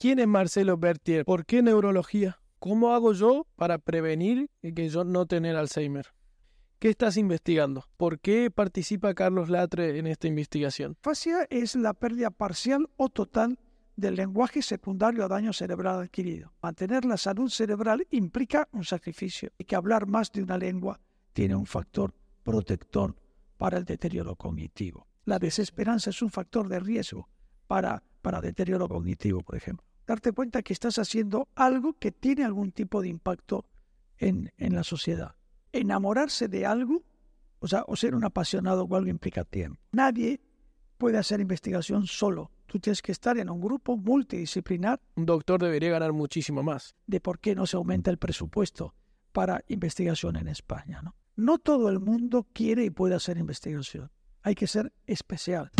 ¿Quién es Marcelo Bertier? ¿Por qué neurología? ¿Cómo hago yo para prevenir que yo no tener Alzheimer? ¿Qué estás investigando? ¿Por qué participa Carlos Latre en esta investigación? Afasia es la pérdida parcial o total del lenguaje secundario a daño cerebral adquirido. Mantener la salud cerebral implica un sacrificio y que hablar más de una lengua tiene un factor protector para el deterioro cognitivo. La desesperanza es un factor de riesgo para deterioro cognitivo, por ejemplo. Darte cuenta que estás haciendo algo que tiene algún tipo de impacto en la sociedad. Enamorarse de algo, o ser un apasionado o algo implica tiempo. Nadie puede hacer investigación solo. Tú tienes que estar en un grupo multidisciplinar. Un doctor debería ganar muchísimo más. De por qué no se aumenta el presupuesto para investigación en España, ¿no? No todo el mundo quiere y puede hacer investigación. Hay que ser especial.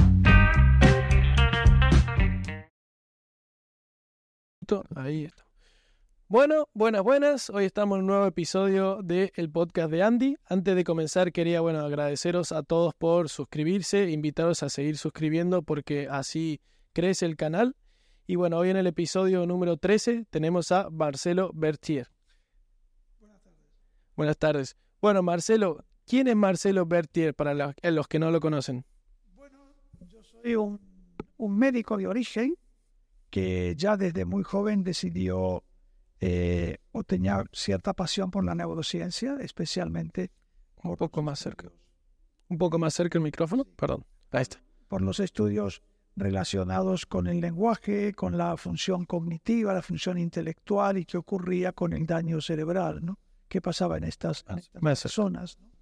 Ahí está. Bueno, buenas. Hoy estamos en un nuevo episodio del podcast de Andy. Antes de comenzar quería agradeceros a todos por suscribirse, invitaros a seguir suscribiendo porque así crece el canal. Y hoy en el episodio número 13 tenemos a Marcelo Bertier. Buenas tardes. Bueno, Marcelo, ¿quién es Marcelo Bertier para los que no lo conocen? Bueno, yo soy un médico de origen que ya desde muy joven decidió o tenía cierta pasión por la neurociencia, especialmente Un poco más cerca el micrófono. Perdón, ahí está. Por los estudios relacionados con el lenguaje, con la función cognitiva, la función intelectual y qué ocurría con el daño cerebral, ¿no? ¿Qué pasaba en estas personas, ¿no?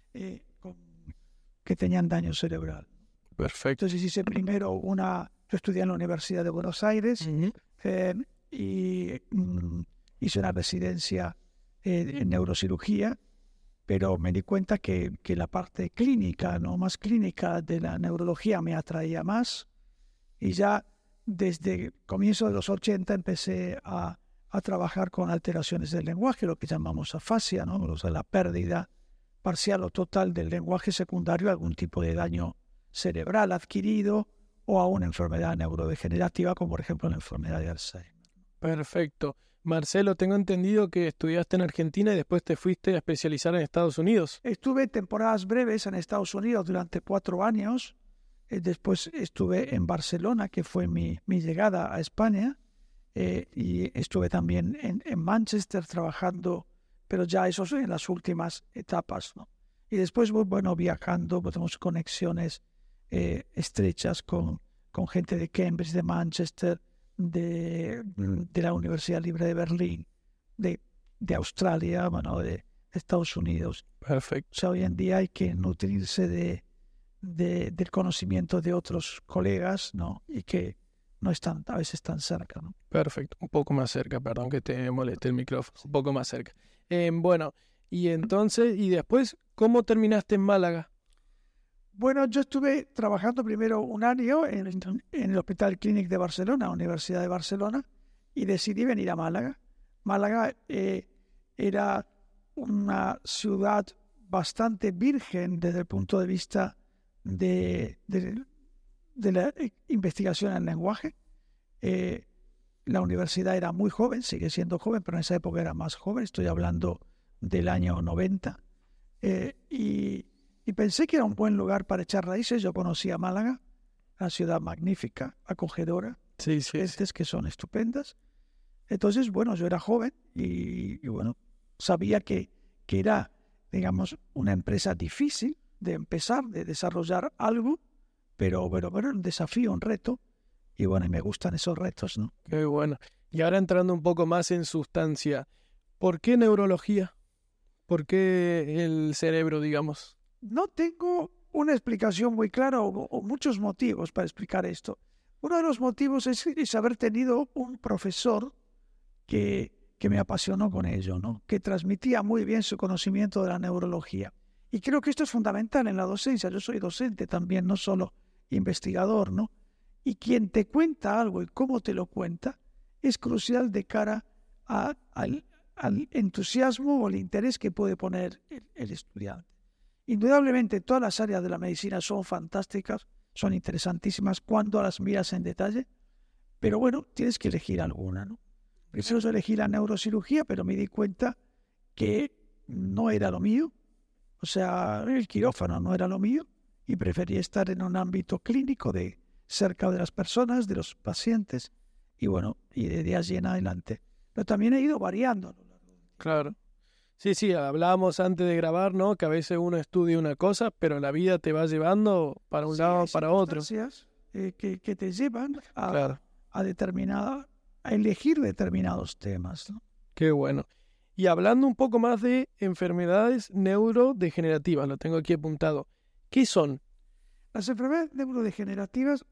Que tenían daño cerebral? Perfecto. Entonces hice primero yo estudié en la Universidad de Buenos Aires y hice una residencia en neurocirugía, pero me di cuenta que la parte clínica, ¿no? Más clínica de la neurología me atraía más y ya desde comienzo de los 80 empecé a trabajar con alteraciones del lenguaje, lo que llamamos afasia, ¿no? O sea, la pérdida parcial o total del lenguaje secundario a algún tipo de daño cerebral adquirido o a una enfermedad neurodegenerativa como por ejemplo la enfermedad de Alzheimer. Perfecto. Marcelo, tengo entendido que estudiaste en Argentina y después te fuiste a especializar en Estados Unidos. Estuve temporadas breves en Estados Unidos durante 4 años. Después estuve en Barcelona, que fue mi llegada a España. Y estuve también en Manchester trabajando, pero ya eso en las últimas etapas, ¿no? Y después, viajando, tenemos conexiones estrechas con gente de Cambridge, de Manchester, de la Universidad Libre de Berlín, de Australia, de Estados Unidos. Perfecto. O sea, hoy en día hay que nutrirse del conocimiento de otros colegas, ¿no? Y que no están a veces tan cerca, ¿no? Perfecto. Un poco más cerca, perdón que te moleste el micrófono. Un poco más cerca. Y entonces, y después, ¿cómo terminaste en Málaga? Bueno, yo estuve trabajando primero un año en el Hospital Clínic de Barcelona, Universidad de Barcelona, y decidí venir a Málaga. Málaga era una ciudad bastante virgen desde el punto de vista de la investigación en lenguaje. La universidad era muy joven, sigue siendo joven, pero en esa época era más joven, estoy hablando del año 90. Y pensé que era un buen lugar para echar raíces. Yo conocía Málaga, una ciudad magnífica, acogedora, gentes que son estupendas. Entonces, yo era joven y sabía que era, digamos, una empresa difícil de empezar, de desarrollar algo, pero un desafío, un reto. Y me gustan esos retos, ¿no? Qué bueno. Y ahora entrando un poco más en sustancia, ¿por qué neurología? ¿Por qué el cerebro, digamos? No tengo una explicación muy clara o muchos motivos para explicar esto. Uno de los motivos es haber tenido un profesor que me apasionó con ello, ¿no? Que transmitía muy bien su conocimiento de la neurología. Y creo que esto es fundamental en la docencia. Yo soy docente también, no solo investigador, ¿no? Y quien te cuenta algo y cómo te lo cuenta es crucial de cara al entusiasmo o el interés que puede poner el estudiante. Indudablemente todas las áreas de la medicina son fantásticas, son interesantísimas cuando las miras en detalle, Pero bueno, tienes que elegir alguna, ¿no? Primero yo elegí la neurocirugía, pero me di cuenta que no era lo mío. O sea, el quirófano no era lo mío y preferí estar en un ámbito clínico cerca de las personas, de los pacientes. Y bueno, y de allí en adelante. Pero también he ido variando a lo largo del tiempo. Claro. Sí, hablábamos antes de grabar, ¿no? Que a veces uno estudia una cosa, pero la vida te va llevando para un lado o para otro. Circunstancias que te llevan Claro. a elegir determinados temas, ¿no? Qué bueno. Y hablando un poco más de enfermedades neurodegenerativas, lo tengo aquí apuntado. ¿Qué son? Las enfermedades neurodegenerativas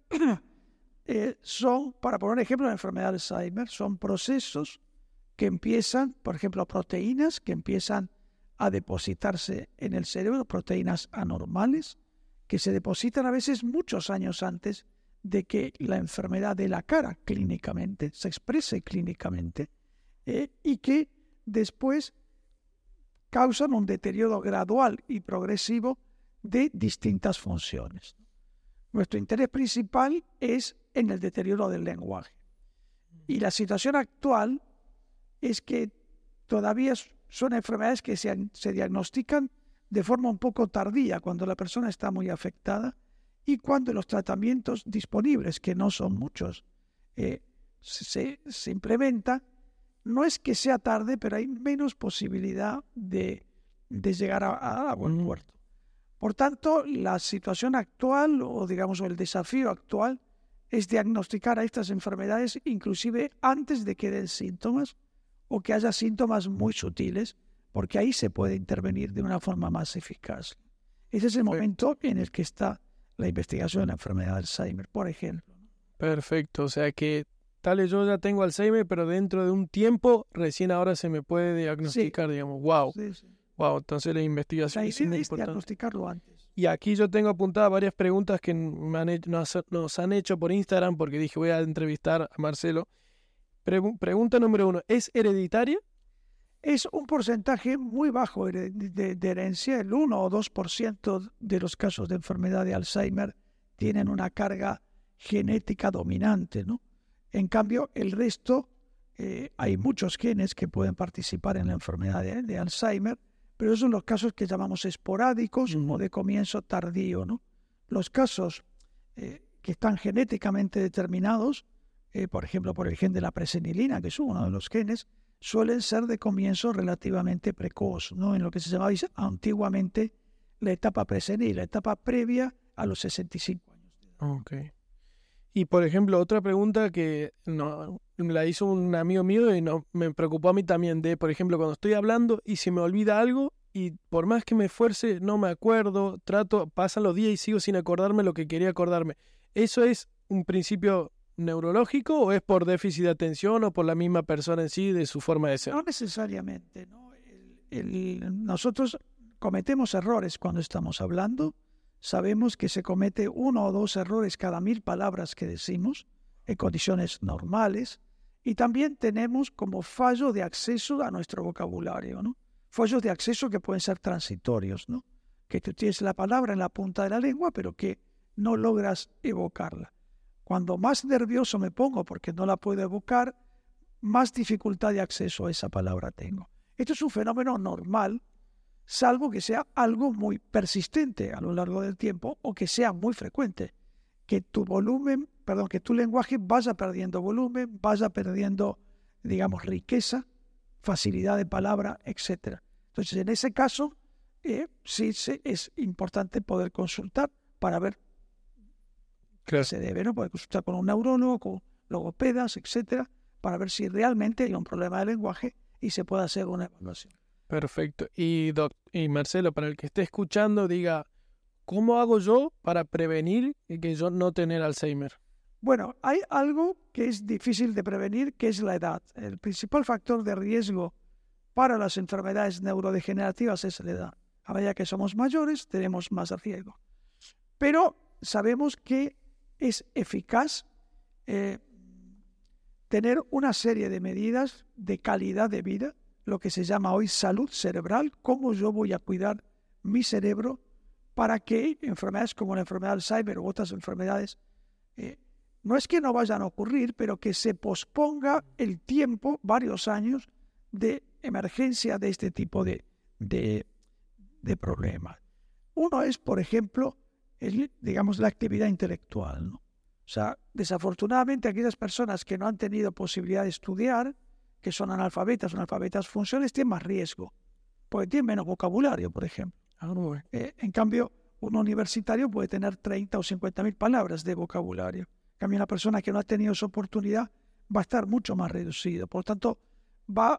son, para poner un ejemplo, la enfermedad de Alzheimer, son procesos que empiezan, por ejemplo, proteínas que empiezan a depositarse en el cerebro, proteínas anormales, que se depositan a veces muchos años antes de que la enfermedad de la cara clínicamente, se exprese clínicamente, y que después causan un deterioro gradual y progresivo de distintas funciones. Nuestro interés principal es en el deterioro del lenguaje. Y la situación actual es que todavía son enfermedades que se diagnostican de forma un poco tardía, cuando la persona está muy afectada y cuando los tratamientos disponibles, que no son muchos, se implementan. No es que sea tarde, pero hay menos posibilidad de llegar a buen puerto. Por tanto, la situación actual, o digamos el desafío actual, es diagnosticar a estas enfermedades inclusive antes de que den síntomas o que haya síntomas muy sutiles, porque ahí se puede intervenir de una forma más eficaz. Ese es el momento en el que está la investigación de la enfermedad de Alzheimer, por ejemplo. Perfecto, o sea que tal yo ya tengo Alzheimer, pero dentro de un tiempo recién ahora se me puede diagnosticar, digamos. Wow. Sí. Wow, entonces la investigación La es idea muy es importante. diagnosticarlo antes. Y aquí yo tengo apuntadas varias preguntas que nos han hecho por Instagram, porque dije voy a entrevistar a Marcelo. Pregunta número 1, ¿es hereditaria? Es un porcentaje muy bajo de herencia. El 1 o 2% de los casos de enfermedad de Alzheimer tienen una carga genética dominante, ¿no? En cambio, el resto, hay muchos genes que pueden participar en la enfermedad de Alzheimer, pero esos son los casos que llamamos esporádicos o de comienzo tardío, ¿no? Los casos que están genéticamente determinados, por ejemplo, por el gen de la presenilina, que es uno de los genes, suelen ser de comienzo relativamente precoz, ¿no? En lo que se llamaba antiguamente la etapa presenil, la etapa previa a los 65 años de edad. Ok. Y por ejemplo, otra pregunta que me la hizo un amigo mío y me preocupó a mí también, por ejemplo, cuando estoy hablando y se me olvida algo y por más que me esfuerce no me acuerdo, pasan los días y sigo sin acordarme lo que quería acordarme. ¿Eso es un principio neurológico o es por déficit de atención o por la misma persona en sí de su forma de ser? No necesariamente, ¿no? Nosotros cometemos errores cuando estamos hablando. Sabemos que se comete 1 o 2 errores cada 1000 palabras que decimos en condiciones normales, y también tenemos como fallo de acceso a nuestro vocabulario, ¿no? Fallos de acceso que pueden ser transitorios, ¿no? Que tú tienes la palabra en la punta de la lengua, pero que no logras evocarla. Cuando más nervioso me pongo porque no la puedo evocar, más dificultad de acceso a esa palabra tengo. Esto es un fenómeno normal, salvo que sea algo muy persistente a lo largo del tiempo o que sea muy frecuente, que tu lenguaje vaya perdiendo volumen, vaya perdiendo, digamos, riqueza, facilidad de palabra, etc. Entonces, en ese caso, sí es importante poder consultar para ver qué se debe, ¿no? Poder consultar con un neurólogo, con logopedas, etc., para ver si realmente hay un problema de lenguaje y se puede hacer una evaluación. Perfecto. Y Marcelo, para el que esté escuchando, diga, ¿cómo hago yo para prevenir que yo no tener Alzheimer? Bueno, hay algo que es difícil de prevenir, que es la edad. El principal factor de riesgo para las enfermedades neurodegenerativas es la edad. A medida que somos mayores, tenemos más riesgo. Pero sabemos que es eficaz tener una serie de medidas de calidad de vida, lo que se llama hoy salud cerebral, cómo yo voy a cuidar mi cerebro para que enfermedades como la enfermedad de Alzheimer u otras enfermedades no es que no vayan a ocurrir, pero que se posponga el tiempo, varios años, de emergencia de este tipo de problemas. Uno es, por ejemplo, digamos, la actividad intelectual, ¿no? O sea, desafortunadamente aquellas personas que no han tenido posibilidad de estudiar, que son analfabetas funcionales, tienen más riesgo, porque tienen menos vocabulario, por ejemplo. En cambio, un universitario puede tener 30 o 50.000 palabras de vocabulario. En cambio, una persona que no ha tenido esa oportunidad va a estar mucho más reducido. Por lo tanto, va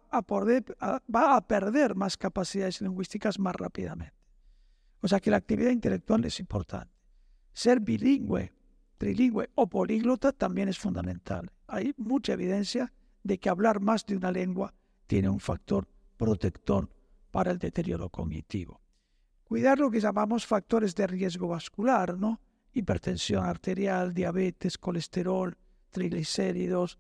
a perder más capacidades lingüísticas más rápidamente. O sea que la actividad intelectual es importante. Ser bilingüe, trilingüe o políglota también es fundamental. Hay mucha evidencia de que hablar más de una lengua tiene un factor protector para el deterioro cognitivo. Cuidar lo que llamamos factores de riesgo vascular, ¿no? Hipertensión arterial, diabetes, colesterol, triglicéridos,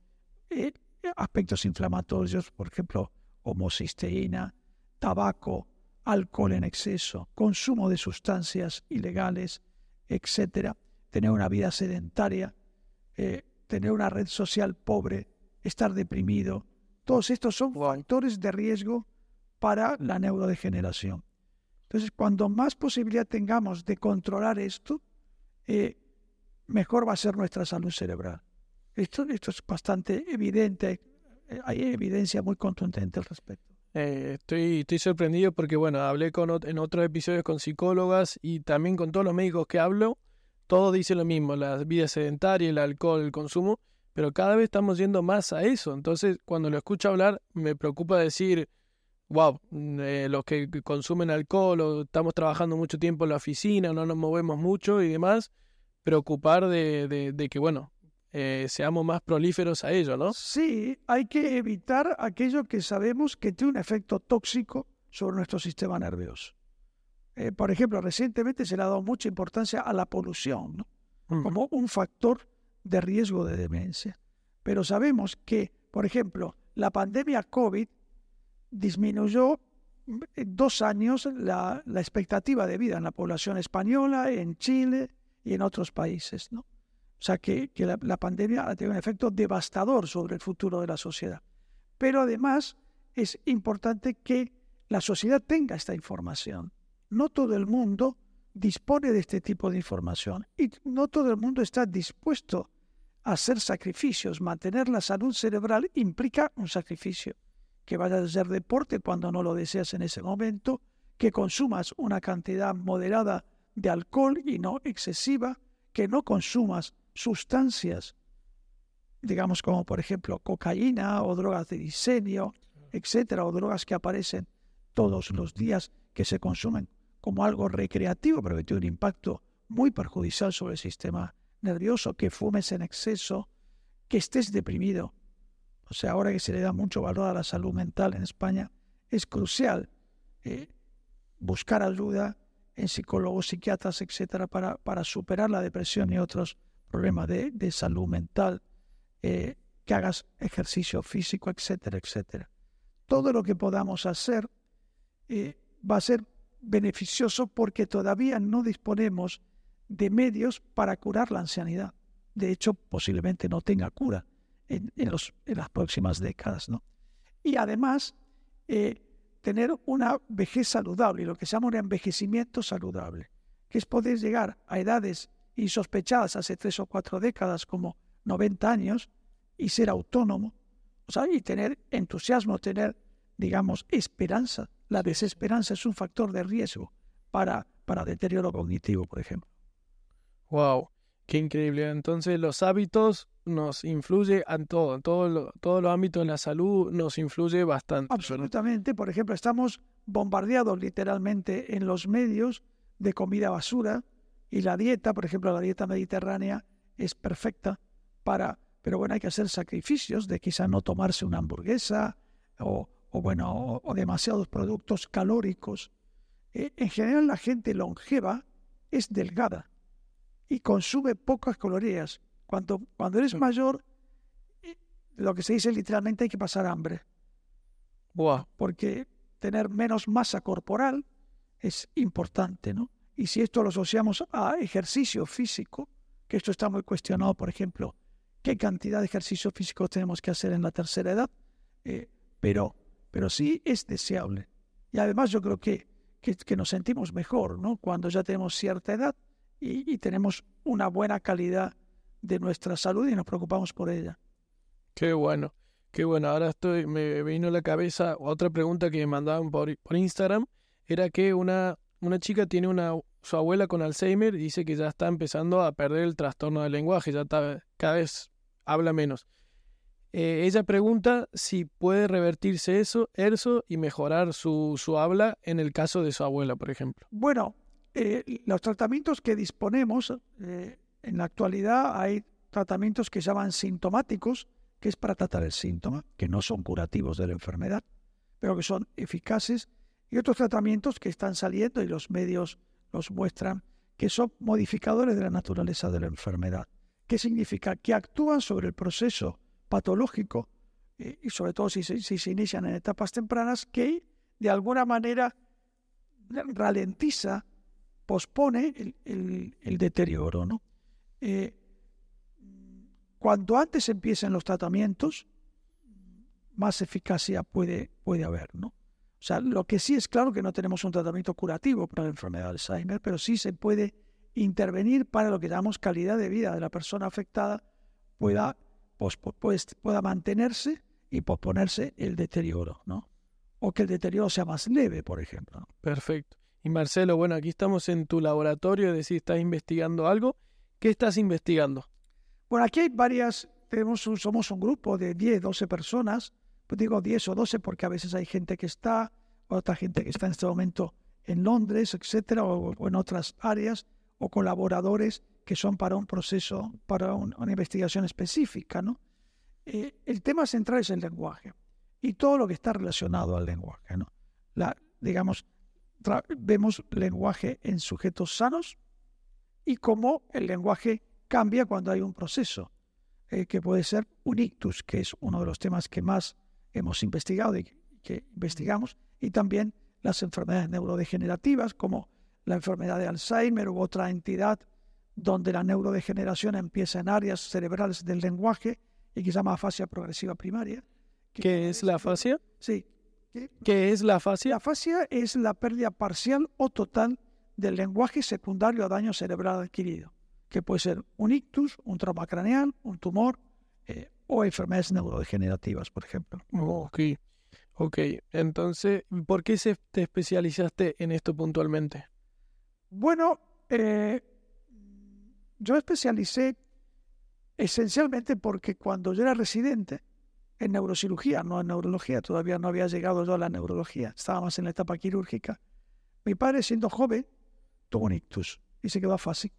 aspectos inflamatorios, por ejemplo, homocisteína, tabaco, alcohol en exceso, consumo de sustancias ilegales, etcétera, tener una vida sedentaria, tener una red social pobre, estar deprimido. Todos estos son factores de riesgo para la neurodegeneración. Entonces, cuando más posibilidad tengamos de controlar esto, mejor va a ser nuestra salud cerebral. Esto es bastante evidente, hay evidencia muy contundente al respecto. Estoy sorprendido porque, bueno, hablé en otros episodios con psicólogas y también con todos los médicos que hablo, todos dicen lo mismo, la vida sedentaria, el alcohol, el consumo, pero cada vez estamos yendo más a eso. Entonces, cuando lo escucho hablar, me preocupa decir, wow, los que consumen alcohol o estamos trabajando mucho tiempo en la oficina, no nos movemos mucho y demás, preocupar de que, bueno, seamos más prolíferos a ello, ¿no? Sí, hay que evitar aquello que sabemos que tiene un efecto tóxico sobre nuestro sistema nervioso. Por ejemplo, recientemente se le ha dado mucha importancia a la polución, ¿no? Como un factor de riesgo de demencia. Pero sabemos que, por ejemplo, la pandemia COVID disminuyó 2 años la expectativa de vida en la población española, en Chile y en otros países, ¿no? O sea que la pandemia ha tenido un efecto devastador sobre el futuro de la sociedad. Pero además es importante que la sociedad tenga esta información. No todo el mundo dispone de este tipo de información y no todo el mundo está dispuesto a hacer sacrificios. Mantener la salud cerebral implica un sacrificio. Que vayas a hacer deporte cuando no lo deseas en ese momento, que consumas una cantidad moderada de alcohol y no excesiva, que no consumas sustancias, digamos como por ejemplo cocaína o drogas de diseño, etcétera, o drogas que aparecen todos los días, que se consumen como algo recreativo, pero que tiene un impacto muy perjudicial sobre el sistema nervioso, que fumes en exceso, que estés deprimido. O sea, ahora que se le da mucho valor a la salud mental en España, es crucial buscar ayuda en psicólogos, psiquiatras, etcétera, para superar la depresión y otros problemas de salud mental, que hagas ejercicio físico, etcétera, etcétera. Todo lo que podamos hacer va a ser beneficioso porque todavía no disponemos de medios para curar la ancianidad. De hecho, posiblemente no tenga cura en las próximas décadas, ¿no? Y además, tener una vejez saludable, lo que se llama un envejecimiento saludable, que es poder llegar a edades insospechadas hace 3 o 4 décadas, como 90 años, y ser autónomo, o sea, y tener entusiasmo, tener, digamos, esperanza. La desesperanza es un factor de riesgo para deterioro cognitivo, por ejemplo. Wow, qué increíble. Entonces los hábitos nos influyen en todo, todos los ámbitos de la salud nos influye bastante. Absolutamente. Por ejemplo, estamos bombardeados literalmente en los medios de comida basura, y la dieta, por ejemplo, la dieta mediterránea es perfecta pero bueno, hay que hacer sacrificios de quizá no tomarse una hamburguesa o demasiados productos calóricos. En general, la gente longeva es delgada y consume pocas calorías. Cuando eres mayor, lo que se dice literalmente, hay que pasar hambre. Wow. Porque tener menos masa corporal es importante, ¿no? Y si esto lo asociamos a ejercicio físico, que esto está muy cuestionado, por ejemplo, qué cantidad de ejercicio físico tenemos que hacer en la tercera edad, pero sí es deseable. Y además yo creo que nos sentimos mejor, ¿no? Cuando ya tenemos cierta edad y tenemos una buena calidad de nuestra salud y nos preocupamos por ella. Qué bueno, qué bueno. Ahora me vino a la cabeza otra pregunta que me mandaban por Instagram. Era que una chica tiene su abuela con Alzheimer y dice que ya está empezando a perder el trastorno del lenguaje, cada vez habla menos. Ella pregunta si puede revertirse eso y mejorar su habla en el caso de su abuela, por ejemplo. Bueno, los tratamientos que disponemos, en la actualidad hay tratamientos que se llaman sintomáticos, que es para tratar el síntoma, que no son curativos de la enfermedad, pero que son eficaces, y otros tratamientos que están saliendo y los medios los muestran, que son modificadores de la naturaleza de la enfermedad. ¿Qué significa? Que actúan sobre el proceso patológico, y sobre todo si se inician en etapas tempranas, que de alguna manera ralentiza, pospone el deterioro, ¿no? Cuanto antes empiecen los tratamientos, más eficacia puede haber, ¿no? O sea, lo que sí es claro que no tenemos un tratamiento curativo para la enfermedad de Alzheimer, pero sí se puede intervenir para lo que llamamos calidad de vida de la persona afectada pueda mantenerse y posponerse el deterioro, ¿no? O que el deterioro sea más leve, por ejemplo, ¿no? Perfecto. Y Marcelo, bueno, aquí estamos en tu laboratorio, es decir, estás investigando algo. ¿Qué estás investigando? Bueno, aquí hay varias, somos un grupo de 10, 12 personas, pues digo 10 o 12 porque a veces hay gente que está, otra gente que está en este momento en Londres, etcétera, o en otras áreas, o colaboradores que son para un proceso, para una investigación específica, ¿no? El tema central es el lenguaje y todo lo que está relacionado al lenguaje, ¿no? Vemos lenguaje en sujetos sanos y cómo el lenguaje cambia cuando hay un proceso, que puede ser un ictus, que es uno de los temas que más hemos investigado y que investigamos, y también las enfermedades neurodegenerativas, como la enfermedad de Alzheimer u otra entidad donde la neurodegeneración empieza en áreas cerebrales del lenguaje y que se llama afasia progresiva primaria. ¿Qué es la afasia? Sí. ¿Qué es la afasia? La afasia es la pérdida parcial o total del lenguaje secundario a daño cerebral adquirido, que puede ser un ictus, un trauma craneal, un tumor o enfermedades neurodegenerativas, por ejemplo. Ok. Entonces, ¿por qué te especializaste en esto puntualmente? Bueno, yo especialicé esencialmente porque cuando yo era residente en neurocirugía, no en neurología, todavía no había llegado yo a la neurología, estaba más en la etapa quirúrgica, mi padre, siendo joven, tuvo un ictus y se quedó afásico.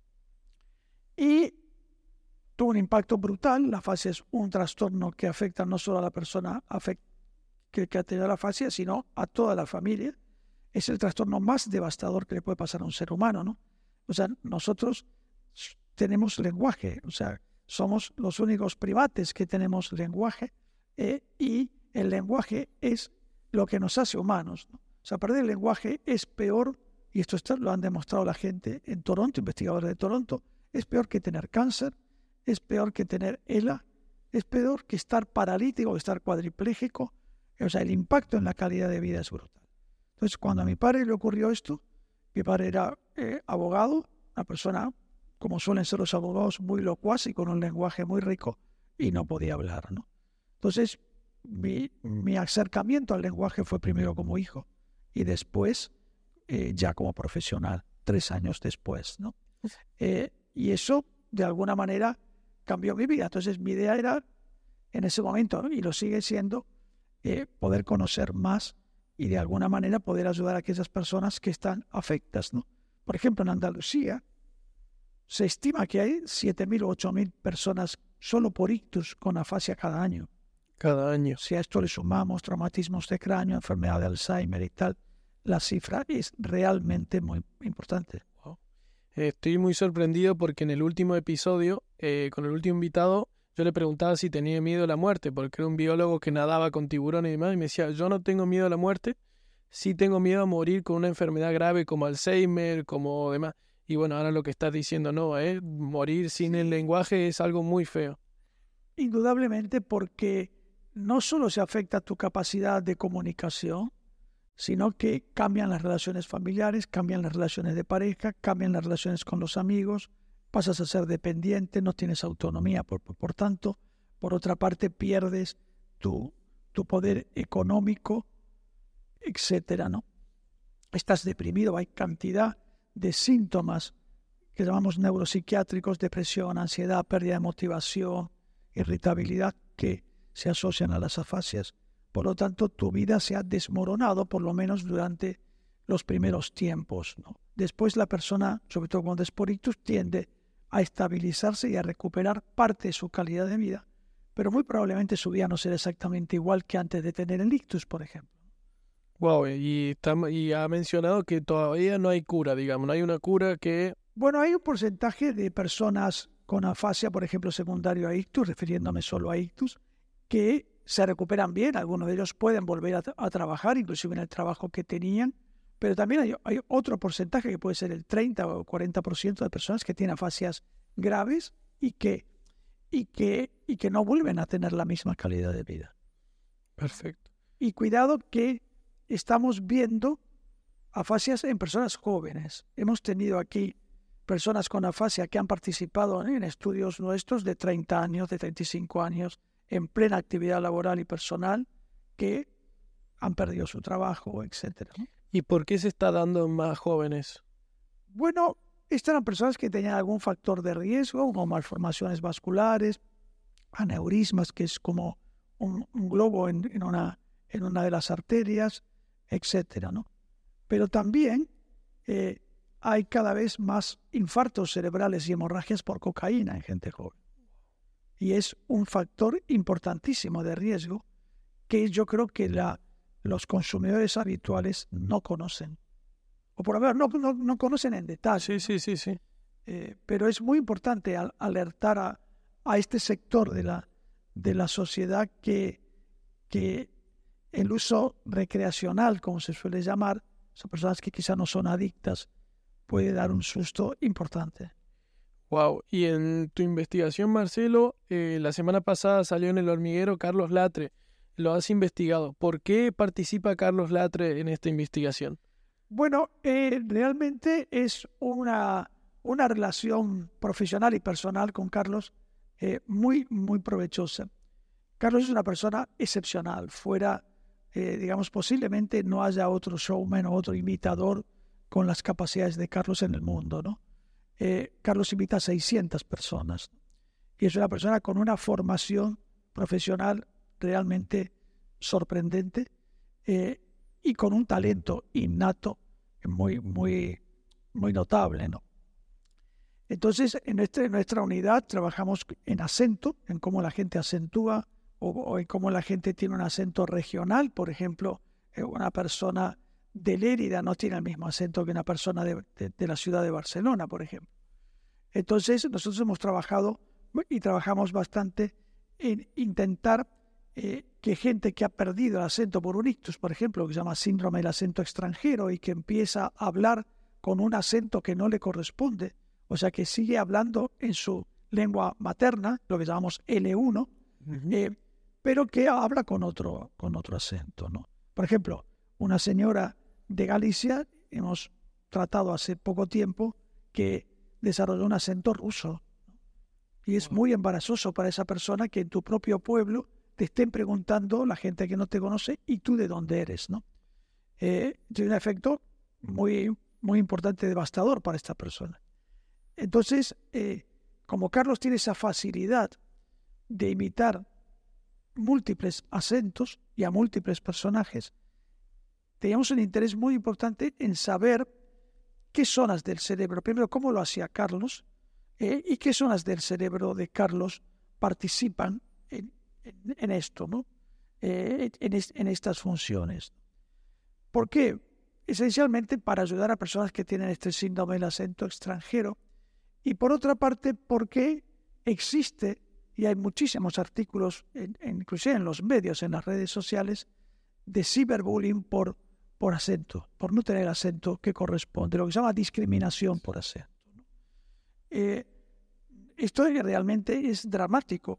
Y tuvo un impacto brutal. La afasia es un trastorno que afecta no solo a la persona que ha tenido la afasia, sino a toda la familia. Es el trastorno más devastador que le puede pasar a un ser humano, ¿no? O sea, nosotros tenemos lenguaje, o sea, somos los únicos primates que tenemos lenguaje, y el lenguaje es lo que nos hace humanos, ¿no? O sea, perder el lenguaje es peor, y esto lo han demostrado la gente en Toronto, investigadores de Toronto, es peor que tener cáncer, es peor que tener ELA, es peor que estar paralítico, que estar cuadripléjico. O sea, el impacto en la calidad de vida es brutal. Entonces, cuando a mi padre le ocurrió esto, mi padre era abogado, una persona, como suelen ser los abogados, muy locuaz y con un lenguaje muy rico, y no podía hablar, ¿no? Entonces, mi acercamiento al lenguaje fue primero como hijo y después ya como profesional, 3 años después, ¿no? Y eso, de alguna manera, cambió mi vida. Entonces, mi idea era, en ese momento, y lo sigue siendo, poder conocer más y de alguna manera poder ayudar a aquellas personas que están afectadas, ¿no? Por ejemplo, en Andalucía se estima que hay 7.000 o 8.000 personas solo por ictus con afasia cada año. Cada año. Si a esto le sumamos traumatismos de cráneo, enfermedad de Alzheimer y tal, la cifra es realmente muy importante. Wow. Estoy muy sorprendido porque en el último episodio, con el último invitado, yo le preguntaba si tenía miedo a la muerte, porque era un biólogo que nadaba con tiburones y demás, y me decía, yo no tengo miedo a la muerte, sí tengo miedo a morir con una enfermedad grave como Alzheimer, como demás. Y bueno, ahora lo que estás diciendo, no, morir sin el lenguaje es algo muy feo. indudablemente porque no solo se afecta tu capacidad de comunicación, sino que cambian las relaciones familiares, cambian las relaciones de pareja, cambian las relaciones con los amigos, pasas a ser dependiente, no tienes autonomía, por tanto, por otra parte, pierdes tu poder económico, etcétera, ¿no? Estás deprimido, hay cantidad de síntomas que llamamos neuropsiquiátricos, depresión, ansiedad, pérdida de motivación, irritabilidad, que se asocian a las afasias. Por lo tanto, tu vida se ha desmoronado, por lo menos durante los primeros tiempos, ¿no? Después la persona, sobre todo cuando es por ictus, tiende a estabilizarse y a recuperar parte de su calidad de vida, pero muy probablemente su vida no será exactamente igual que antes de tener el ictus, por ejemplo. Wow, y ha mencionado que todavía no hay cura, digamos, no hay una cura que... Bueno, hay un porcentaje de personas con afasia, por ejemplo, secundario a ictus, refiriéndome solo a ictus, que se recuperan bien. Algunos de ellos pueden volver a trabajar, inclusive en el trabajo que tenían, pero también hay otro porcentaje que puede ser el 30 o 40% de personas que tienen afasias graves y que no vuelven a tener la misma calidad de vida. Perfecto. Y cuidado que estamos viendo afasias en personas jóvenes. Hemos tenido aquí personas con afasia que han participado en estudios nuestros de 30 años, de 35 años, en plena actividad laboral y personal, que han perdido su trabajo, etcétera, ¿no? ¿Y por qué se está dando en más jóvenes? Bueno, estas eran personas que tenían algún factor de riesgo, como malformaciones vasculares, aneurismas, que es como un globo en una de las arterias, etcétera, ¿no? Pero también hay cada vez más infartos cerebrales y hemorragias por cocaína en gente joven. Y es un factor importantísimo de riesgo que yo creo que los consumidores habituales no conocen. O por lo menos no conocen en detalle. Sí. Pero es muy importante alertar a este sector de la sociedad que el uso recreacional, como se suele llamar, son personas que quizá no son adictas, puede dar un susto importante. Wow. Y en tu investigación, Marcelo, la semana pasada salió en El Hormiguero Carlos Latre. Lo has investigado. ¿Por qué participa Carlos Latre en esta investigación? Bueno, realmente es una relación profesional y personal con Carlos muy, muy provechosa. Carlos es una persona excepcional. Fuera, digamos, posiblemente no haya otro showman o otro imitador con las capacidades de Carlos en el mundo, ¿no? Carlos invita a 600 personas y es una persona con una formación profesional realmente sorprendente y con un talento innato muy, muy, muy notable, ¿no? Entonces, en nuestra unidad trabajamos en acento, en cómo la gente acentúa o en cómo la gente tiene un acento regional. Por ejemplo, una persona de Lérida no tiene el mismo acento que una persona de la ciudad de Barcelona, por ejemplo. Entonces, nosotros hemos trabajado y trabajamos bastante en intentar que gente que ha perdido el acento por un ictus, por ejemplo, que se llama síndrome del acento extranjero y que empieza a hablar con un acento que no le corresponde, o sea, que sigue hablando en su lengua materna, lo que llamamos L1, pero que habla con otro acento, ¿no? Por ejemplo, una señora de Galicia, hemos tratado hace poco tiempo, que desarrolló un acento ruso. Y es muy embarazoso para esa persona que en tu propio pueblo te estén preguntando la gente que no te conoce y tú de dónde eres, ¿no? Tiene un efecto muy, muy importante, devastador para esta persona. Entonces, como Carlos tiene esa facilidad de imitar múltiples acentos y a múltiples personajes, teníamos un interés muy importante en saber qué zonas del cerebro, primero cómo lo hacía Carlos, y qué zonas del cerebro de Carlos participan en esto, ¿no? En estas funciones. ¿Por qué? Esencialmente para ayudar a personas que tienen este síndrome del acento extranjero, y por otra parte porque existe, y hay muchísimos artículos, inclusive en los medios, en las redes sociales, de ciberbullying por acento, por no tener el acento que corresponde, lo que se llama discriminación por acento. Esto realmente es dramático,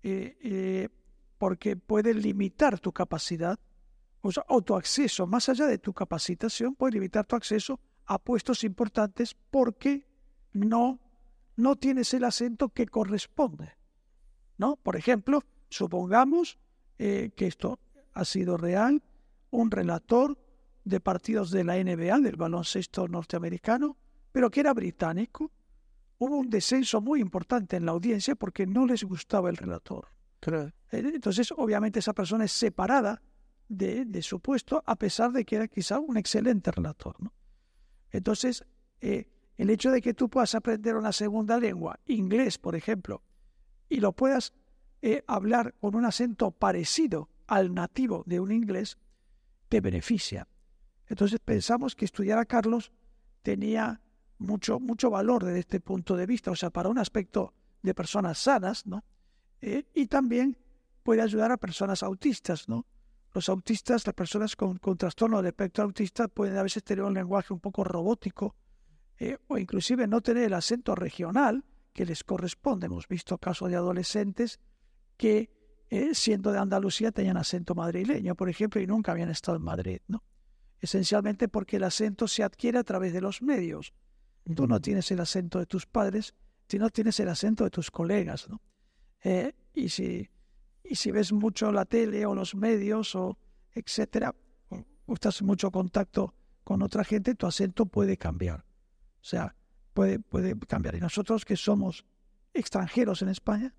porque puede limitar tu capacidad, o tu acceso, más allá de tu capacitación, puede limitar tu acceso a puestos importantes porque no tienes el acento que corresponde, ¿no? Por ejemplo, supongamos que esto ha sido real, un relator de partidos de la NBA, del baloncesto norteamericano, pero que era británico. Hubo un descenso muy importante en la audiencia porque no les gustaba el relator. Claro. Entonces, obviamente, esa persona es separada de su puesto, a pesar de que era quizá un excelente relator, ¿no? Entonces, el hecho de que tú puedas aprender una segunda lengua, inglés, por ejemplo, y lo puedas hablar con un acento parecido al nativo de un inglés, te beneficia. Entonces, pensamos que estudiar a Carlos tenía mucho valor desde este punto de vista, o sea, para un aspecto de personas sanas, ¿no? Y también puede ayudar a personas autistas, ¿no? Los autistas, las personas con trastorno del espectro autista, pueden a veces tener un lenguaje un poco robótico, o inclusive no tener el acento regional que les corresponde. Hemos visto casos de adolescentes que, siendo de Andalucía, tenían acento madrileño, por ejemplo, y nunca habían estado en Madrid, ¿no? Esencialmente porque el acento se adquiere a través de los medios. Tú no tienes el acento de tus padres, sino tienes el acento de tus colegas, ¿no? Y si ves mucho la tele o los medios, o etcétera, o estás en mucho contacto con otra gente, tu acento puede cambiar. O sea, puede cambiar. Y nosotros, que somos extranjeros en España,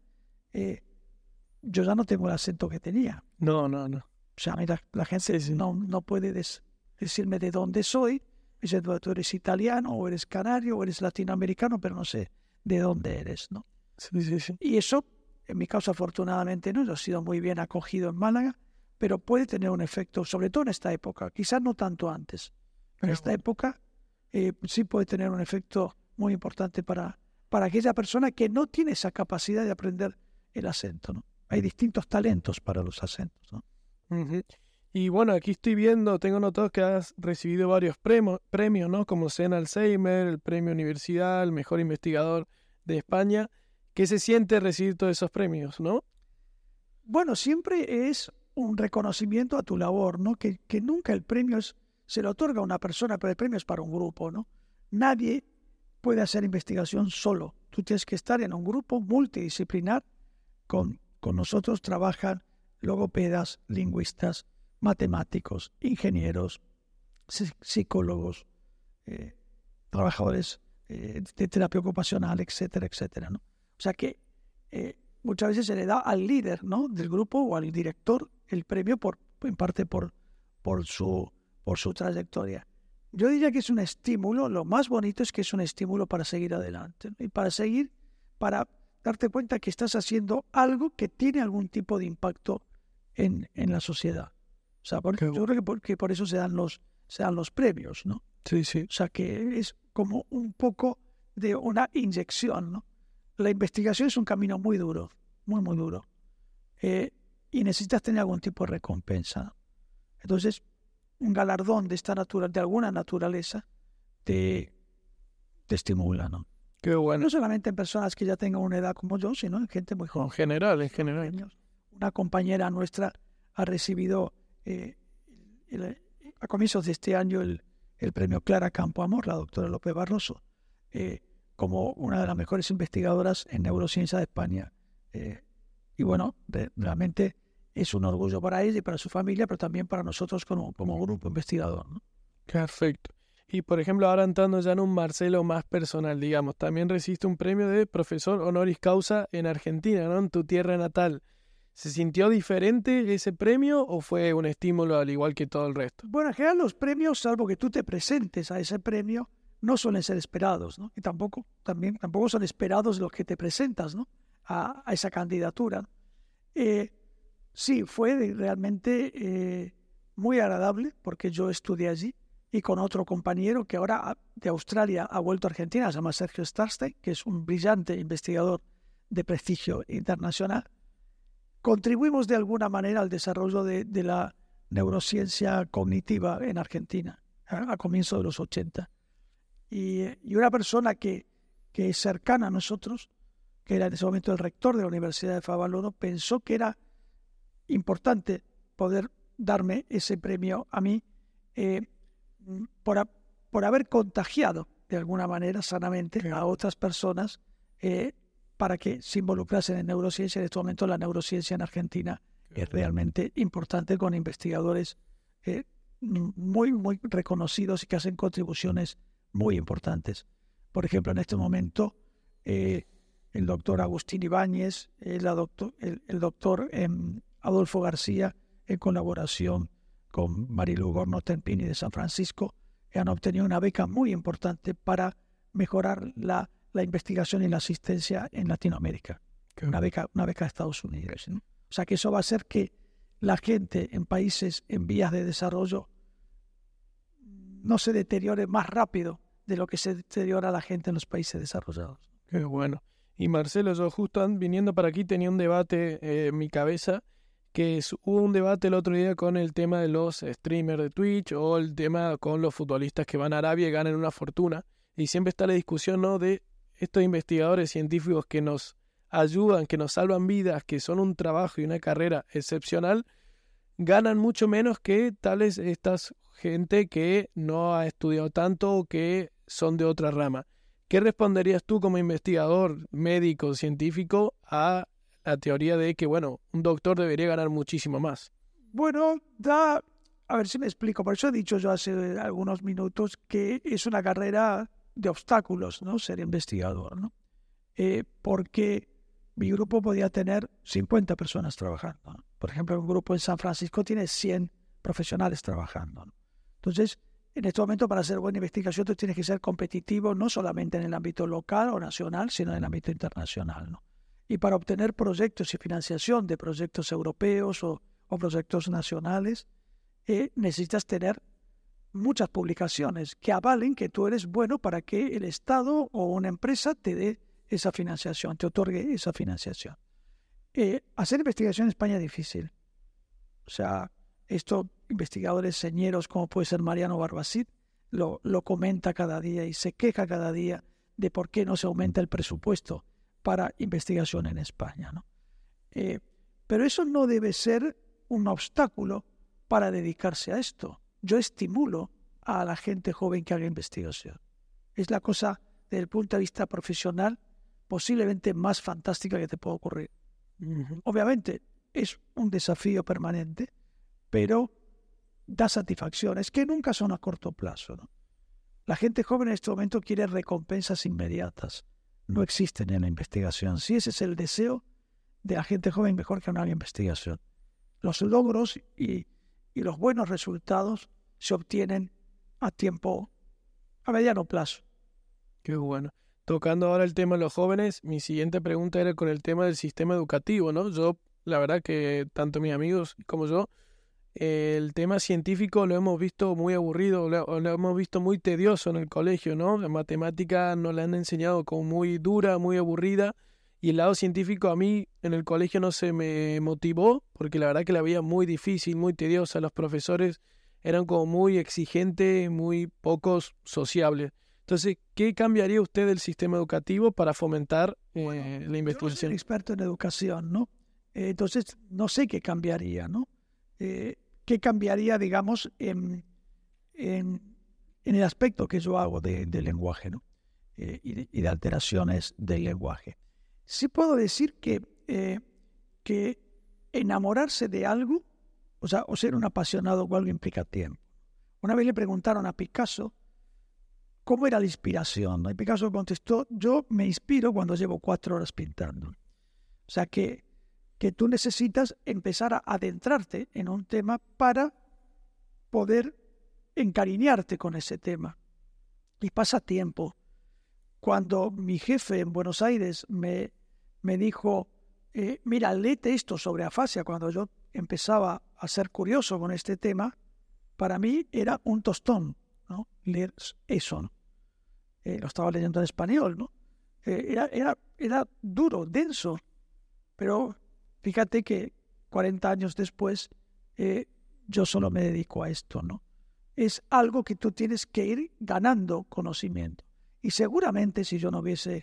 yo ya no tengo el acento que tenía. No. O sea, mira, la gente no puede decirme de dónde soy. Dice, tú eres italiano, o eres canario, o eres latinoamericano, pero no sé de dónde eres, ¿no? Sí. Y eso, en mi caso, afortunadamente, no, yo he sido muy bien acogido en Málaga, pero puede tener un efecto, sobre todo en esta época, quizás no tanto antes. En esta época sí puede tener un efecto muy importante para aquella persona que no tiene esa capacidad de aprender el acento, ¿no? Hay distintos talentos para los acentos, ¿no? Uh-huh. Y bueno, aquí estoy viendo, tengo notado que has recibido varios premios, ¿no? Como Cena Alzheimer, el Premio Universidad, el Mejor Investigador de España. ¿Qué se siente recibir todos esos premios, no? Bueno, siempre es un reconocimiento a tu labor, ¿no? Que nunca el premio se lo otorga a una persona, pero el premio es para un grupo, ¿no? Nadie puede hacer investigación solo. Tú tienes que estar en un grupo multidisciplinar. Con nosotros trabajan logopedas, lingüistas, matemáticos, ingenieros, psicólogos, trabajadores de terapia ocupacional, etcétera, etcétera, ¿no? O sea que muchas veces se le da al líder, ¿no?, del grupo, o al director, el premio en parte por su trayectoria. Yo diría que es un estímulo. Lo más bonito es que es un estímulo para seguir adelante, ¿no? Y para darte cuenta que estás haciendo algo que tiene algún tipo de impacto en la sociedad. O sea, yo creo que por eso se dan los premios, ¿no? Sí. O sea, que es como un poco de una inyección, ¿no? La investigación es un camino muy duro, muy duro. Y necesitas tener algún tipo de recompensa, ¿no? Entonces, un galardón de alguna naturaleza, te estimula, ¿no? Qué bueno. No solamente en personas que ya tengan una edad como yo, sino en gente muy joven. En general. Una compañera nuestra ha recibido a comienzos de este año el premio Clara Campoamor, la doctora López Barroso, como una de las mejores investigadoras en neurociencia de España. Y bueno, realmente es un orgullo para ella y para su familia, pero también para nosotros como grupo investigador, ¿no? Perfecto. Y por ejemplo, ahora entrando ya en un Marcelo más personal, digamos, también recibiste un premio de profesor honoris causa en Argentina, ¿no? En tu tierra natal. ¿Se sintió diferente ese premio o fue un estímulo al igual que todo el resto? Bueno, en general los premios, salvo que tú te presentes a ese premio, no suelen ser esperados, ¿no? Y tampoco son esperados los que te presentas, ¿no?, a esa candidatura. Sí, fue realmente muy agradable, porque yo estudié allí y con otro compañero que ahora de Australia ha vuelto a Argentina, se llama Sergio Starstein, que es un brillante investigador de prestigio internacional. Contribuimos de alguna manera al desarrollo de la neurociencia cognitiva en Argentina a comienzos de los 80. Y una persona que es cercana a nosotros, que era en ese momento el rector de la Universidad de Favaloro, pensó que era importante poder darme ese premio a mí por haber contagiado de alguna manera sanamente a otras personas para que se involucrasen en neurociencia. En este momento la neurociencia en Argentina es realmente importante, con investigadores muy, muy reconocidos y que hacen contribuciones muy importantes. Por ejemplo, en este momento el doctor Agustín Ibáñez, el doctor Adolfo García, en colaboración con Marilu Gorno-Tempini de San Francisco, han obtenido una beca muy importante para mejorar la investigación y la asistencia en Latinoamérica. Una beca de Estados Unidos, ¿no? O sea que eso va a hacer que la gente en países en vías de desarrollo no se deteriore más rápido de lo que se deteriora la gente en los países desarrollados. Qué bueno. Y Marcelo, yo justo viniendo para aquí tenía un debate en mi cabeza, hubo un debate el otro día con el tema de los streamers de Twitch o el tema con los futbolistas que van a Arabia y ganan una fortuna. Y siempre está la discusión, ¿no?, de estos investigadores científicos que nos ayudan, que nos salvan vidas, que son un trabajo y una carrera excepcional, ganan mucho menos que tales estas gente que no ha estudiado tanto o que son de otra rama. ¿Qué responderías tú como investigador, médico, científico a la teoría de que, bueno, un doctor debería ganar muchísimo más? Bueno, a ver si me explico. Por eso he dicho yo hace algunos minutos que es una carrera de obstáculos, ¿no?, ser investigador, ¿no? Porque mi grupo podía tener 50 personas trabajando, ¿no? Por ejemplo, un grupo en San Francisco tiene 100 profesionales trabajando, ¿no? Entonces, en este momento, para hacer buena investigación, tú tienes que ser competitivo no solamente en el ámbito local o nacional, sino en el ámbito internacional, ¿no? Y para obtener proyectos y financiación de proyectos europeos o proyectos nacionales, necesitas tener muchas publicaciones que avalen que tú eres bueno para que el Estado o una empresa te dé esa financiación, te otorgue esa financiación. Hacer investigación en España es difícil. O sea, estos investigadores señeros como puede ser Mariano Barbacid lo comenta cada día y se queja cada día de por qué no se aumenta el presupuesto para investigación en España, ¿no? Pero eso no debe ser un obstáculo para dedicarse a esto. Yo estimulo a la gente joven que haga investigación. Es la cosa, desde el punto de vista profesional, posiblemente más fantástica que te pueda ocurrir. Obviamente es un desafío permanente, pero da satisfacciones que nunca son a corto plazo, ¿no? La gente joven en este momento quiere recompensas inmediatas. No existen en la investigación. Si ese es el deseo de la gente joven, mejor que no haga investigación. Los logros y los buenos resultados se obtienen a mediano plazo. Qué bueno. Tocando ahora el tema de los jóvenes, mi siguiente pregunta era con el tema del sistema educativo, ¿no? Yo, la verdad que tanto mis amigos como yo, el tema científico lo hemos visto muy aburrido, lo hemos visto muy tedioso en el colegio, ¿no? La matemática nos la han enseñado como muy dura, muy aburrida, y el lado científico a mí en el colegio no se me motivó, porque la verdad que la veía muy difícil, muy tediosa. Los profesores eran como muy exigentes, muy pocos sociables. Entonces, ¿qué cambiaría usted del sistema educativo para fomentar la investigación? Yo no soy experto en educación, ¿no? Entonces, no sé qué cambiaría, ¿no? ¿Qué cambiaría, digamos, en el aspecto que yo hago del lenguaje, ¿no? Y de alteraciones del lenguaje? Sí puedo decir que enamorarse de algo, o ser un apasionado o algo implica tiempo. Una vez le preguntaron a Picasso cómo era la inspiración, ¿no? Y Picasso contestó: yo me inspiro cuando llevo 4 horas pintando. O sea que tú necesitas empezar a adentrarte en un tema para poder encariñarte con ese tema. Y pasa tiempo. Cuando mi jefe en Buenos Aires me dijo, mira, léete esto sobre afasia, cuando yo empezaba a ser curioso con este tema, para mí era un tostón, ¿no? Leer eso, ¿no? Lo estaba leyendo en español, ¿no? Era duro, denso, pero fíjate que 40 años después yo solo me dedico a esto, ¿no? Es algo que tú tienes que ir ganando conocimiento. Y seguramente si yo no hubiese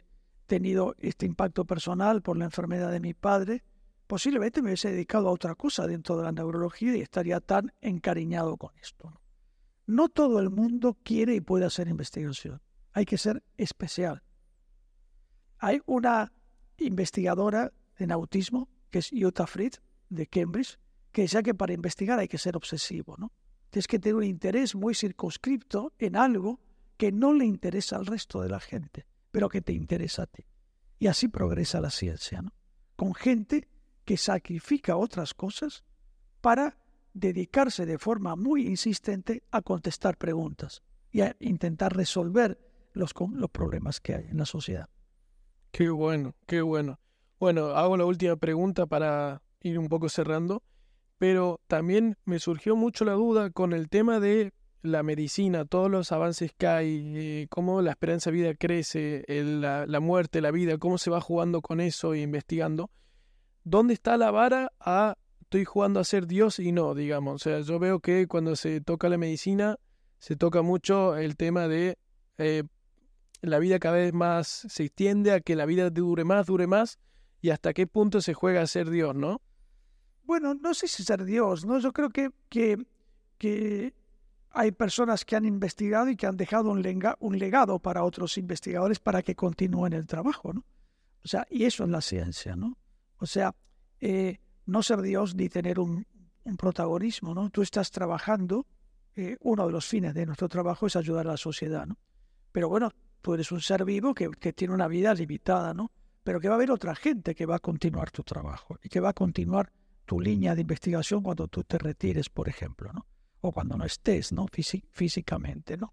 tenido este impacto personal por la enfermedad de mi padre, posiblemente me hubiese dedicado a otra cosa dentro de la neurología y estaría tan encariñado con esto. No todo el mundo quiere y puede hacer investigación. Hay que ser especial. Hay una investigadora en autismo, que es Jutta Fried, de Cambridge, que decía que para investigar hay que ser obsesivo, ¿no? Tienes que tener un interés muy circunscripto en algo que no le interesa al resto de la gente, pero que te interesa a ti. Y así progresa la ciencia, ¿no? Con gente que sacrifica otras cosas para dedicarse de forma muy insistente a contestar preguntas y a intentar resolver los problemas que hay en la sociedad. Qué bueno, qué bueno. Bueno, hago la última pregunta para ir un poco cerrando, pero también me surgió mucho la duda con el tema de la medicina, todos los avances que hay, cómo la esperanza de vida crece, la muerte, la vida, cómo se va jugando con eso e investigando. ¿Dónde está la vara a estoy jugando a ser Dios y no, digamos? O sea, yo veo que cuando se toca la medicina, se toca mucho el tema de la vida cada vez más se extiende a que la vida dure más, y hasta qué punto se juega a ser Dios, ¿no? Bueno, no sé si ser Dios, ¿no? Yo creo que hay personas que han investigado y que han dejado un legado para otros investigadores para que continúen el trabajo, ¿no? O sea, y eso es la ciencia, ¿no? O sea, no ser Dios ni tener un protagonismo, ¿no? Tú estás trabajando, uno de los fines de nuestro trabajo es ayudar a la sociedad, ¿no? Pero bueno, tú eres un ser vivo que tiene una vida limitada, ¿no? Pero que va a haber otra gente que va a continuar tu trabajo y que va a continuar tu línea de investigación cuando tú te retires, por ejemplo, ¿no? O cuando no estés, ¿no? Físicamente, ¿no?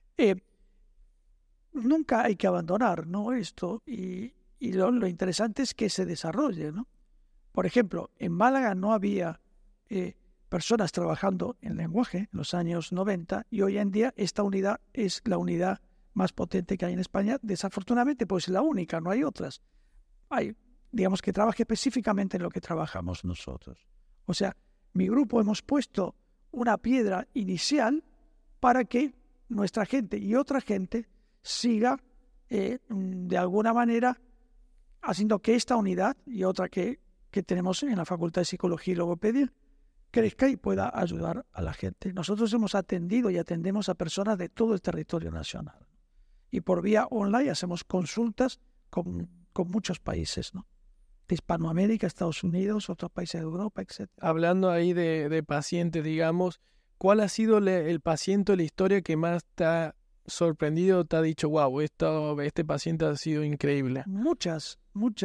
Nunca hay que abandonar, ¿no? Esto, y lo interesante es que se desarrolle, ¿no? Por ejemplo, en Málaga no había personas trabajando en lenguaje en los años 90 y hoy en día esta unidad es la unidad más potente que hay en España. Desafortunadamente, pues es la única, no hay otras. Hay, digamos, que trabaje específicamente en lo que trabajamos nosotros. O sea, mi grupo hemos puesto una piedra inicial para que nuestra gente y otra gente siga de alguna manera haciendo que esta unidad y otra que tenemos en la Facultad de Psicología y Logopedia crezca y pueda ayudar a la gente. Nosotros hemos atendido y atendemos a personas de todo el territorio nacional. Y por vía online hacemos consultas con muchos países, ¿no? De Hispanoamérica, Estados Unidos, otros países de Europa, etc. Hablando ahí de pacientes, digamos, ¿cuál ha sido el paciente de la historia que más te ha sorprendido, te ha dicho, wow, este paciente ha sido increíble? Muchas.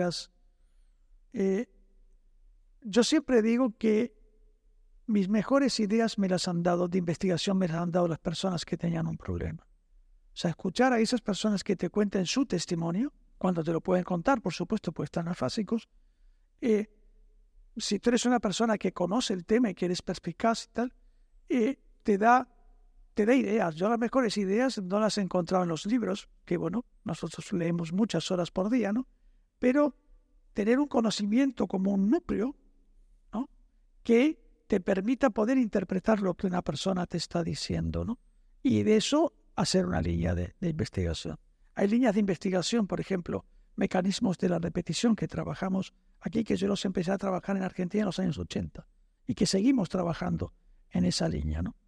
Yo siempre digo que mis mejores ideas me las han dado de investigación, me las han dado las personas que tenían un problema. O sea, escuchar a esas personas que te cuenten su testimonio, cuando te lo pueden contar, por supuesto, pues están afásicos. Si tú eres una persona que conoce el tema y que eres perspicaz y tal, te da ideas. Yo las mejores ideas no las he encontrado en los libros, que bueno, nosotros leemos muchas horas por día, ¿no? Pero tener un conocimiento como un núcleo, ¿no? Que te permita poder interpretar lo que una persona te está diciendo, ¿no? Y de eso hacer una línea de investigación. Hay líneas de investigación, por ejemplo, mecanismos de la repetición que trabajamos aquí, que yo los empecé a trabajar en Argentina en los años 80 y que seguimos trabajando en esa línea, ¿no?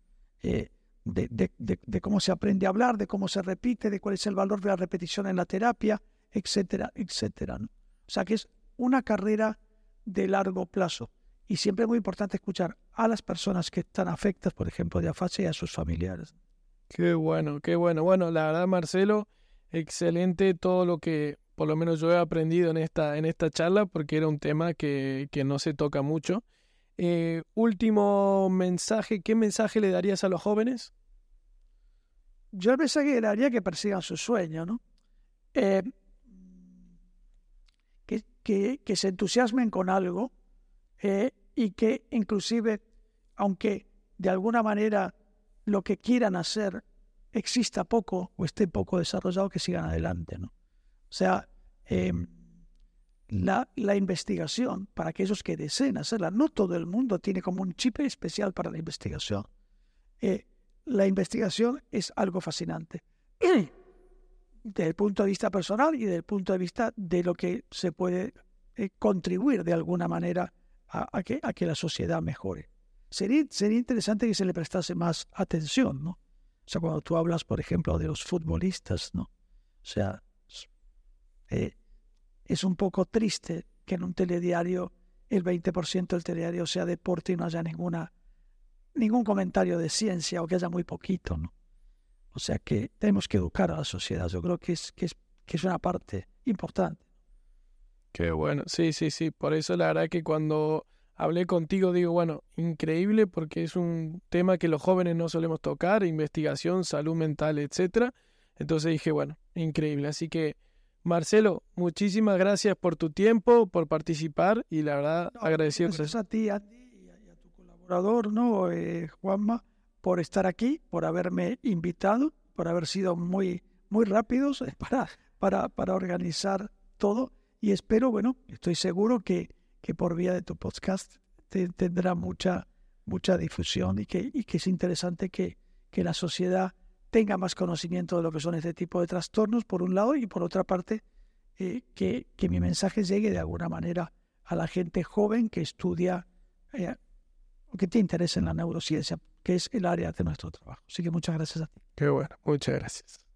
De cómo se aprende a hablar, de cómo se repite, de cuál es el valor de la repetición en la terapia, etcétera, etcétera, ¿no? O sea que es una carrera de largo plazo y siempre es muy importante escuchar a las personas que están afectadas, por ejemplo, de afasia y a sus familiares. Qué bueno, qué bueno. Bueno, la verdad, Marcelo, excelente todo lo que por lo menos yo he aprendido en esta charla, porque era un tema que no se toca mucho. Último mensaje, ¿qué mensaje le darías a los jóvenes? Yo el mensaje le daría que persigan su sueño, ¿no? Que se entusiasmen con algo y que inclusive, aunque de alguna manera lo que quieran hacer exista poco o esté poco desarrollado, que sigan adelante, ¿no? O sea, la investigación, para aquellos que deseen hacerla, no todo el mundo tiene como un chip especial para la investigación. La investigación es algo fascinante. desde el punto de vista personal y desde el punto de vista de lo que se puede contribuir de alguna manera a que la sociedad mejore. Sería interesante que se le prestase más atención, ¿no? O sea, cuando tú hablas, por ejemplo, de los futbolistas, ¿no? O sea, es un poco triste que en un telediario el 20% del telediario sea deporte y no haya ningún comentario de ciencia o que haya muy poquito, ¿no? O sea que tenemos que educar a la sociedad. Yo creo que es una parte importante. Qué bueno, sí. Por eso la verdad que cuando hablé contigo digo, bueno, increíble porque es un tema que los jóvenes no solemos tocar, investigación, salud mental, etcétera. Entonces dije, bueno, increíble. Así que, Marcelo, muchísimas gracias por tu tiempo, por participar y la verdad agradecido. Gracias a ti, Andy, y a tu colaborador, ¿no? Juanma, por estar aquí, por haberme invitado, por haber sido muy, muy rápidos para organizar todo. Y espero, bueno, estoy seguro que por vía de tu podcast tendrá mucha difusión y que es interesante que la sociedad tenga más conocimiento de lo que son este tipo de trastornos, por un lado, y por otra parte, que mi mensaje llegue de alguna manera a la gente joven que estudia o que te interesa en la neurociencia, que es el área de nuestro trabajo. Así que muchas gracias a ti. Qué bueno, muchas gracias.